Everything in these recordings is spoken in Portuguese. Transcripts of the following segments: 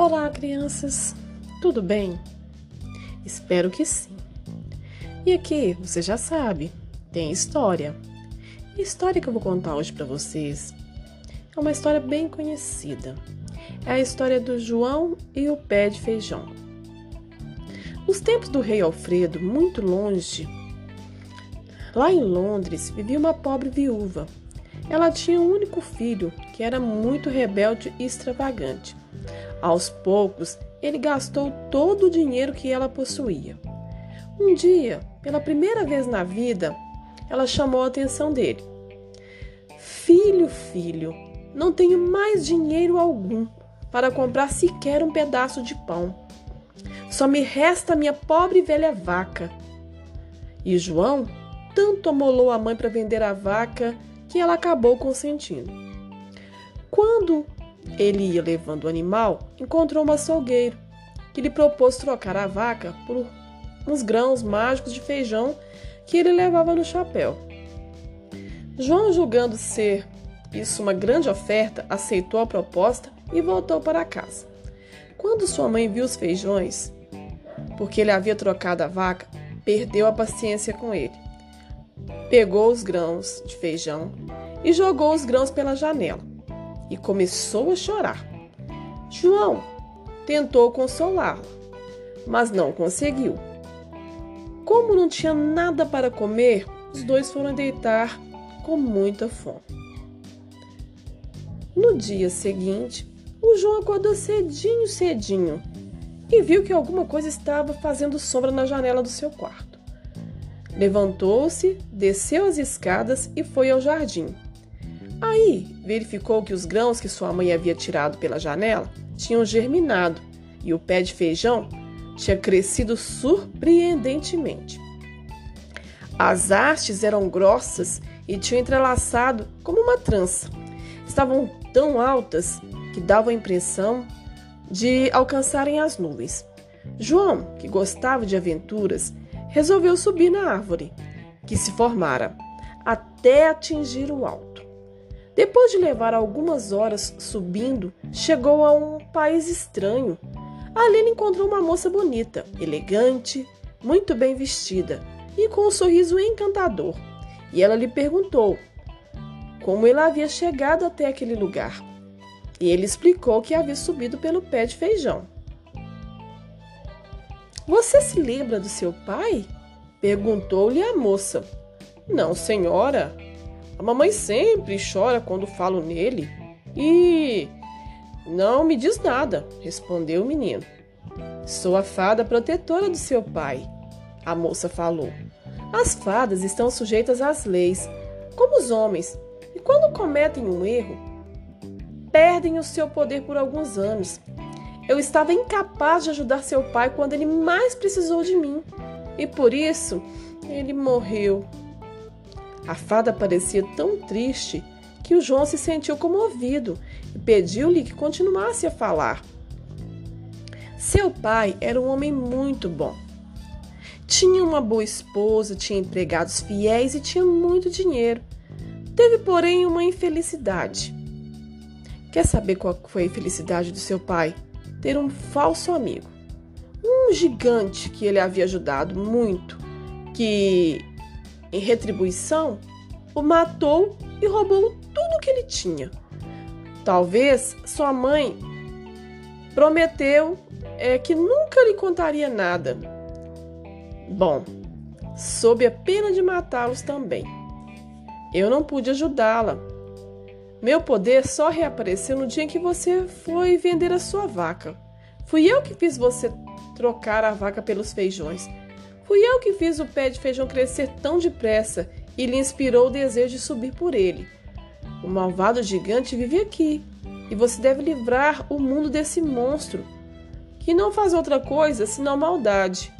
Olá, crianças! Tudo bem? Espero que sim. E aqui, você já sabe, tem história. E a história que eu vou contar hoje para vocês é uma história bem conhecida. É a história do João e o pé de feijão. Nos tempos do rei Alfredo, muito longe, lá em Londres, vivia uma pobre viúva. Ela tinha um único filho, que era muito rebelde e extravagante. Aos poucos, ele gastou todo o dinheiro que ela possuía. Um dia, pela primeira vez na vida, ela chamou a atenção dele. Filho, não tenho mais dinheiro algum para comprar sequer um pedaço de pão. Só me resta a minha pobre e velha vaca. E João tanto amolou a mãe para vender a vaca que ela acabou consentindo. Quando ele ia levando o animal, encontrou um açougueiro que lhe propôs trocar a vaca por uns grãos mágicos de feijão que ele levava no chapéu. João, julgando ser isso uma grande oferta, aceitou a proposta e voltou para casa. Quando sua mãe viu os feijões, porque ele havia trocado a vaca, perdeu a paciência com ele. Pegou os grãos de feijão e jogou os grãos pela janela e começou a chorar. João tentou consolá-la, mas não conseguiu. Como não tinha nada para comer, os dois foram deitar com muita fome. No dia seguinte, o João acordou cedinho e viu que alguma coisa estava fazendo sombra na janela do seu quarto. Levantou-se, desceu as escadas e foi ao jardim. Aí, verificou que os grãos que sua mãe havia tirado pela janela tinham germinado e o pé de feijão tinha crescido surpreendentemente. As hastes eram grossas e tinham entrelaçado como uma trança. Estavam tão altas que davam a impressão de alcançarem as nuvens. João, que gostava de aventuras, resolveu subir na árvore que se formara até atingir o alto. Depois de levar algumas horas subindo, chegou a um país estranho. Ali ele encontrou uma moça bonita, elegante, muito bem vestida e com um sorriso encantador. E ela lhe perguntou como ele havia chegado até aquele lugar. E ele explicou que havia subido pelo pé de feijão. "Você se lembra do seu pai?" perguntou-lhe a moça. "Não, senhora. A mamãe sempre chora quando falo nele e não me diz nada", respondeu o menino. "Sou a fada protetora do seu pai", a moça falou. "As fadas estão sujeitas às leis, como os homens, e quando cometem um erro, perdem o seu poder por alguns anos. Eu estava incapaz de ajudar seu pai quando ele mais precisou de mim, e por isso ele morreu." A fada parecia tão triste que o João se sentiu comovido e pediu-lhe que continuasse a falar. Seu pai era um homem muito bom. Tinha uma boa esposa, tinha empregados fiéis e tinha muito dinheiro. Teve, porém, uma infelicidade. Quer saber qual foi a infelicidade do seu pai? Ter um falso amigo. Um gigante que ele havia ajudado muito, que, em retribuição, o matou e roubou tudo que ele tinha. Talvez sua mãe prometeu que nunca lhe contaria nada. Bom, sob a pena de matá-los também. Eu não pude ajudá-la. Meu poder só reapareceu no dia em que você foi vender a sua vaca. Fui eu que fiz você trocar a vaca pelos feijões. Fui eu que fiz o pé de feijão crescer tão depressa e lhe inspirou o desejo de subir por ele. O malvado gigante vive aqui e você deve livrar o mundo desse monstro, que não faz outra coisa senão maldade.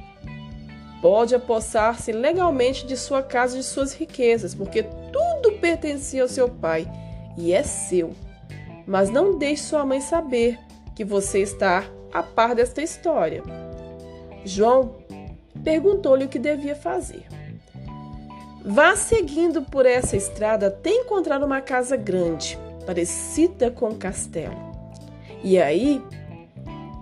Pode apossar-se legalmente de sua casa e de suas riquezas, porque tudo pertencia ao seu pai e é seu. Mas não deixe sua mãe saber que você está a par desta história." João perguntou-lhe o que devia fazer. "Vá seguindo por essa estrada até encontrar uma casa grande, parecida com um castelo. E aí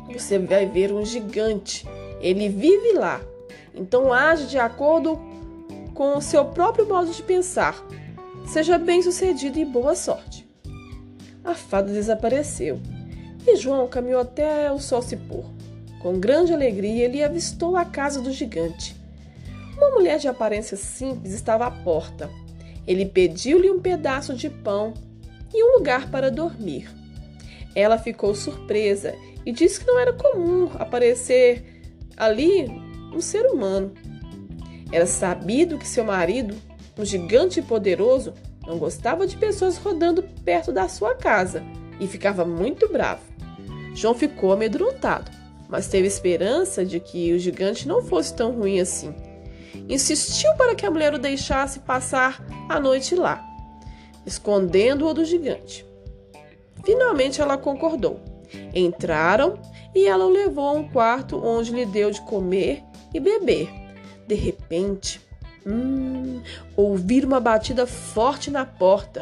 você vai ver um gigante. Ele vive lá. Então age de acordo com o seu próprio modo de pensar. Seja bem-sucedido e boa sorte. A fada desapareceu e João caminhou até o sol se pôr. Com grande alegria, ele avistou a casa do gigante. Uma mulher de aparência simples estava à porta. Ele pediu-lhe um pedaço de pão e um lugar para dormir. Ela ficou surpresa e disse que não era comum aparecer ali um ser humano. Era sabido que seu marido, um gigante poderoso, não gostava de pessoas rodando perto da sua casa e ficava muito bravo. João ficou amedrontado, mas teve esperança de que o gigante não fosse tão ruim assim. Insistiu para que a mulher o deixasse passar a noite lá, escondendo-o do gigante. Finalmente ela concordou. Entraram e ela o levou a um quarto onde lhe deu de comer e beber. De repente, ouviram uma batida forte na porta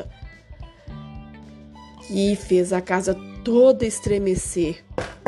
que fez a casa toda estremecer.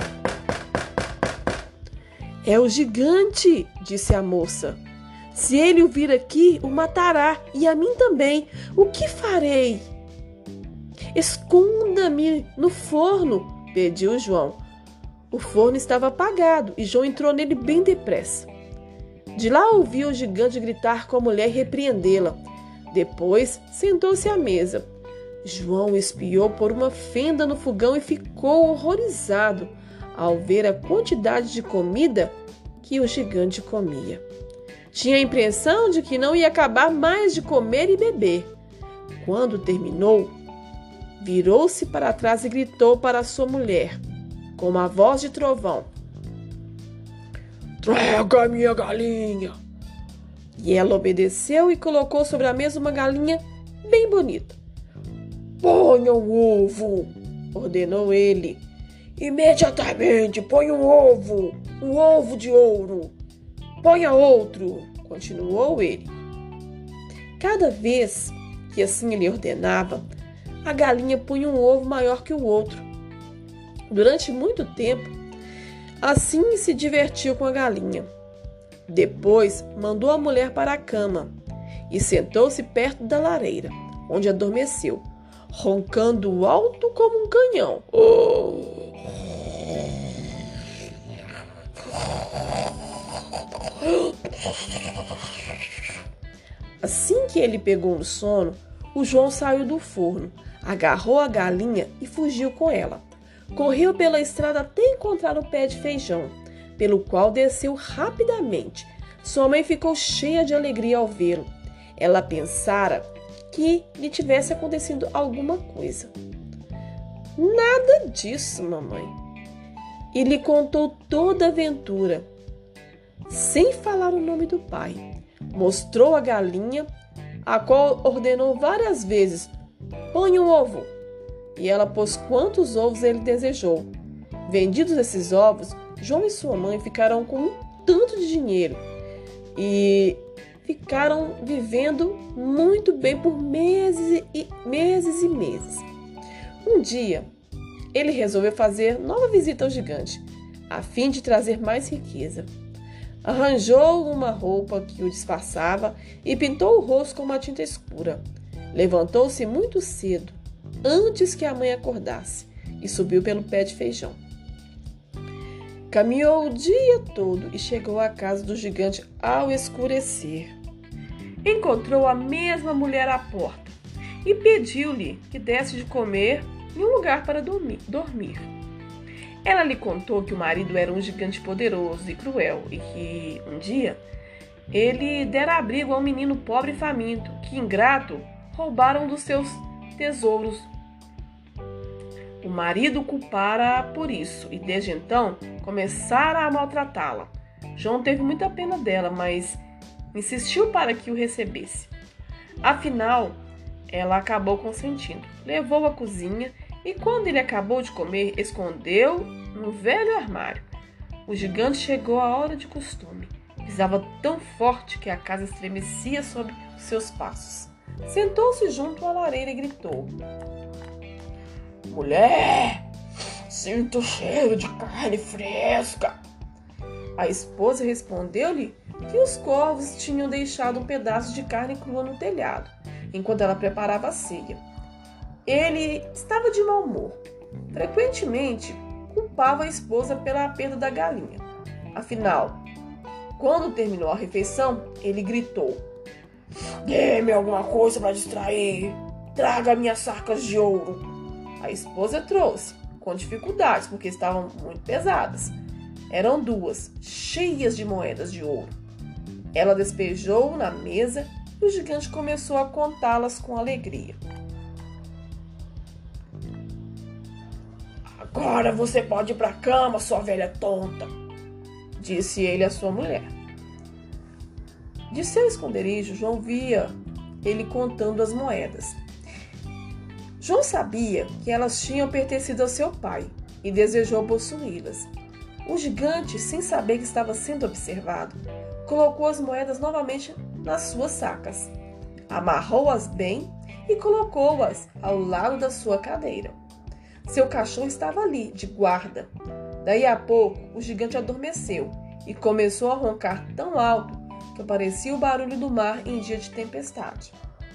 É o gigante, disse a moça. Se ele o vir aqui, o matará, e a mim também. O que farei? Esconda-me no forno, pediu João. O forno estava apagado e João entrou nele bem depressa. De lá ouviu o gigante gritar com a mulher e repreendê-la. Depois sentou-se à mesa. João espiou por uma fenda no fogão e ficou horrorizado ao ver a quantidade de comida que o gigante comia. Tinha a impressão de que não ia acabar mais de comer e beber. Quando terminou, virou-se para trás e gritou para sua mulher, com uma voz de trovão: "Traga a minha galinha!" E ela obedeceu e colocou sobre a mesa uma galinha bem bonita. "Ponha um ovo!" ordenou ele. "Imediatamente, ponha um ovo de ouro. Ponha outro", continuou ele. Cada vez que assim ele ordenava, a galinha punha um ovo maior que o outro. Durante muito tempo, assim se divertiu com a galinha. Depois, mandou a mulher para a cama e sentou-se perto da lareira, onde adormeceu, roncando alto como um canhão. Assim que ele pegou no sono, o João saiu do forno, agarrou a galinha e fugiu com ela. Correu pela estrada até encontrar o pé de feijão, pelo qual desceu rapidamente. Sua mãe ficou cheia de alegria ao vê-lo. Ela pensara que lhe tivesse acontecido alguma coisa. "Nada disso, mamãe." E lhe contou toda a aventura, sem falar o nome do pai. Mostrou a galinha, a qual ordenou várias vezes: "Ponha um ovo." E ela pôs quantos ovos ele desejou. Vendidos esses ovos, João e sua mãe ficaram com um tanto de dinheiro e ficaram vivendo muito bem por meses e meses. Um dia, ele resolveu fazer nova visita ao gigante, a fim de trazer mais riqueza. Arranjou uma roupa que o disfarçava e pintou o rosto com uma tinta escura. Levantou-se muito cedo, antes que a mãe acordasse, e subiu pelo pé de feijão. Caminhou o dia todo e chegou à casa do gigante ao escurecer. Encontrou a mesma mulher à porta e pediu-lhe que desse de comer e um lugar para dormir. Ela lhe contou que o marido era um gigante poderoso e cruel e que, um dia, ele dera abrigo a um menino pobre e faminto, que, ingrato, roubaram dos seus tesouros. O marido culpara por isso e, desde então, começara a maltratá-la. João teve muita pena dela, mas insistiu para que o recebesse. Afinal, ela acabou consentindo. Levou-o à cozinha e, quando ele acabou de comer, escondeu no velho armário. O gigante chegou à hora de costume. Pisava tão forte que a casa estremecia sob seus passos. Sentou-se junto à lareira e gritou: "Mulher, Sinto cheiro de carne fresca. A esposa respondeu-lhe que os corvos tinham deixado um pedaço de carne crua no telhado, enquanto ela preparava a ceia. Ele estava de mau humor. Frequentemente, culpava a esposa pela perda da galinha. Afinal, quando terminou a refeição, ele gritou: "Dê-me alguma coisa para distrair. Traga minhas sacas de ouro." A esposa trouxe, com dificuldades, porque estavam muito pesadas. Eram 2, cheias de moedas de ouro. Ela despejou na mesa e o gigante começou a contá-las com alegria. "Agora você pode ir para a cama, sua velha tonta", disse ele à sua mulher. De seu esconderijo, João via ele contando as moedas. João sabia que elas tinham pertencido ao seu pai e desejou possuí-las. O gigante, sem saber que estava sendo observado, colocou as moedas novamente nas suas sacas, amarrou-as bem e colocou-as ao lado da sua cadeira. Seu cachorro estava ali, de guarda. Daí a pouco, o gigante adormeceu e começou a roncar tão alto que parecia o barulho do mar em dia de tempestade.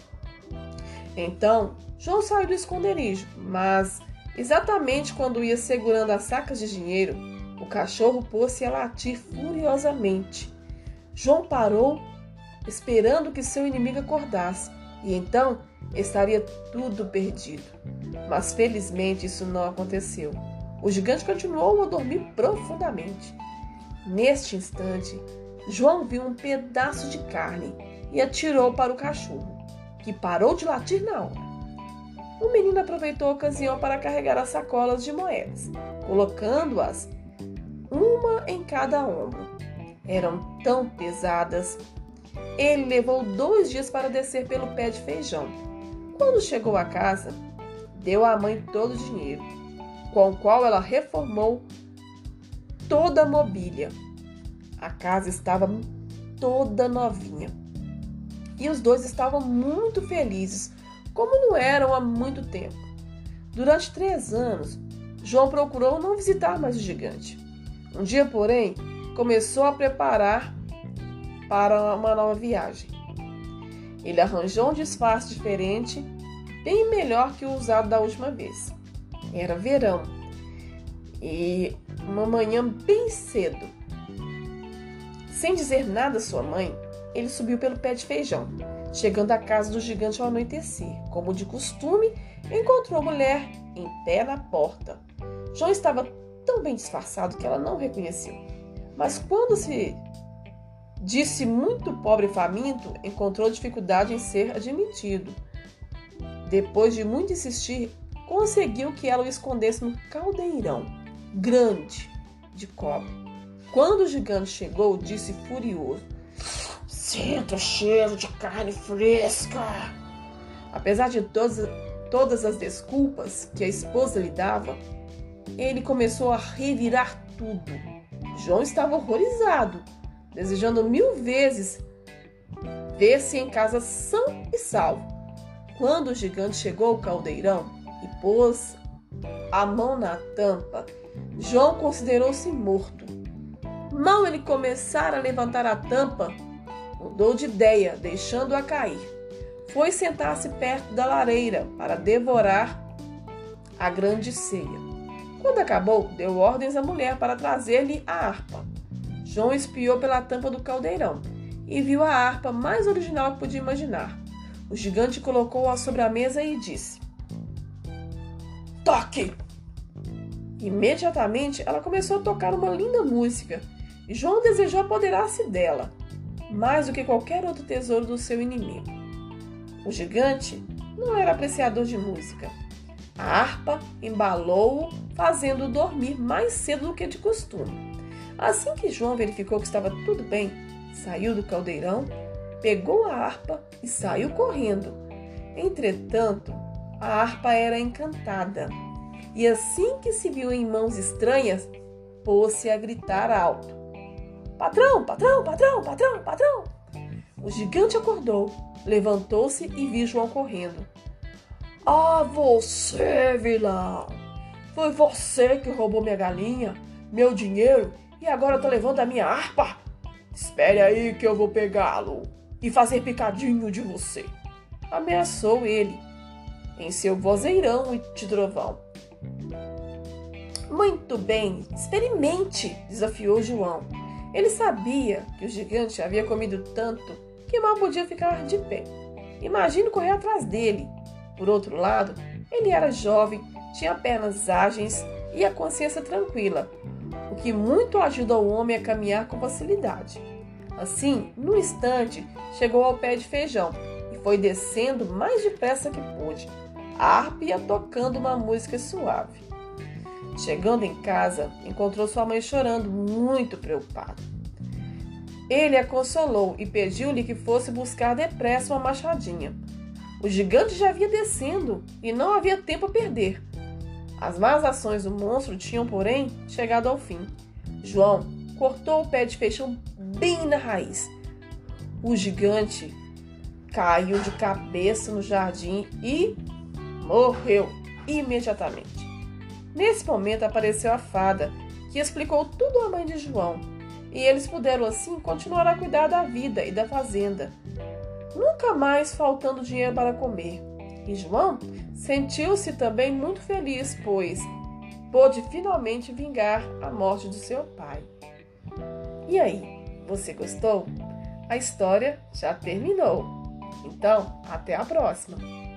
Então, João saiu do esconderijo, mas exatamente quando ia segurando as sacas de dinheiro, o cachorro pôs-se a latir furiosamente. João parou, esperando que seu inimigo acordasse, e então estaria tudo perdido. Mas felizmente isso não aconteceu. O gigante continuou a dormir profundamente. Neste instante, João viu um pedaço de carne e atirou para o cachorro, que parou de latir na hora. O menino aproveitou a ocasião para carregar as sacolas de moedas, colocando-as uma em cada ombro. Eram tão pesadas. Ele levou 2 dias para descer pelo pé de feijão. Quando chegou a casa, deu à mãe todo o dinheiro, com o qual ela reformou toda a mobília. A casa estava toda novinha. E os dois estavam muito felizes, como não eram há muito tempo. Durante 3 anos, João procurou não visitar mais o gigante. Um dia, porém, começou a preparar para uma nova viagem. Ele arranjou um disfarce diferente, bem melhor que o usado da última vez. Era verão e uma manhã bem cedo. Sem dizer nada à sua mãe, ele subiu pelo pé de feijão. Chegando à casa do gigante ao anoitecer, como de costume, encontrou a mulher em pé na porta. João estava tão bem disfarçado que ela não o reconheceu. Mas quando se disse muito pobre e faminto, encontrou dificuldade em ser admitido. Depois de muito insistir, conseguiu que ela o escondesse no caldeirão grande de cobre. Quando o gigante chegou, disse furioso: "Sinto o cheiro de carne fresca." Apesar de todas as desculpas que a esposa lhe dava, ele começou a revirar tudo. João estava horrorizado, desejando 1000 vezes ver-se em casa são e salvo. Quando o gigante chegou ao caldeirão e pôs a mão na tampa, João considerou-se morto. Mal ele começara a levantar a tampa, mudou de ideia, deixando-a cair. Foi sentar-se perto da lareira para devorar a grande ceia. Quando acabou, deu ordens à mulher para trazer-lhe a harpa. João espiou pela tampa do caldeirão e viu a harpa mais original que podia imaginar. O gigante colocou-a sobre a mesa e disse: "Toque!" Imediatamente ela começou a tocar uma linda música e João desejou apoderar-se dela, mais do que qualquer outro tesouro do seu inimigo. O gigante não era apreciador de música. A harpa embalou-o, fazendo-o dormir mais cedo do que de costume. Assim que João verificou que estava tudo bem, saiu do caldeirão, pegou a harpa e saiu correndo. Entretanto, a harpa era encantada, e assim que se viu em mãos estranhas, pôs-se a gritar alto: "Patrão, patrão, patrão, patrão, patrão!" O gigante acordou, levantou-se e viu João correndo. "Ah, você, vilão! Foi você que roubou minha galinha, meu dinheiro e agora tá levando a minha harpa? Espere aí que eu vou pegá-lo e fazer picadinho de você. Ameaçou ele em seu vozeirão de trovão. Muito bem, experimente, desafiou João. Ele sabia que o gigante havia comido tanto que mal podia ficar de pé. Imagine correr atrás dele. Por outro lado, ele era jovem, tinha pernas ágeis e a consciência tranquila, o que muito ajuda o homem a caminhar com facilidade. Assim, num instante, chegou ao pé de feijão e foi descendo mais depressa que pôde. A harpa ia tocando uma música suave. Chegando em casa, encontrou sua mãe chorando, muito preocupada. Ele a consolou e pediu-lhe que fosse buscar depressa uma machadinha. O gigante já vinha descendo e não havia tempo a perder. As más ações do monstro tinham, porém, chegado ao fim. João cortou o pé de feijão bem na raiz. O gigante caiu de cabeça no jardim e morreu imediatamente. Nesse momento apareceu a fada, que explicou tudo à mãe de João, e eles puderam assim continuar a cuidar da vida e da fazenda, nunca mais faltando dinheiro para comer. E João sentiu-se também muito feliz, pois pôde finalmente vingar a morte do seu pai. E aí, você gostou? A história já terminou. Então, até a próxima!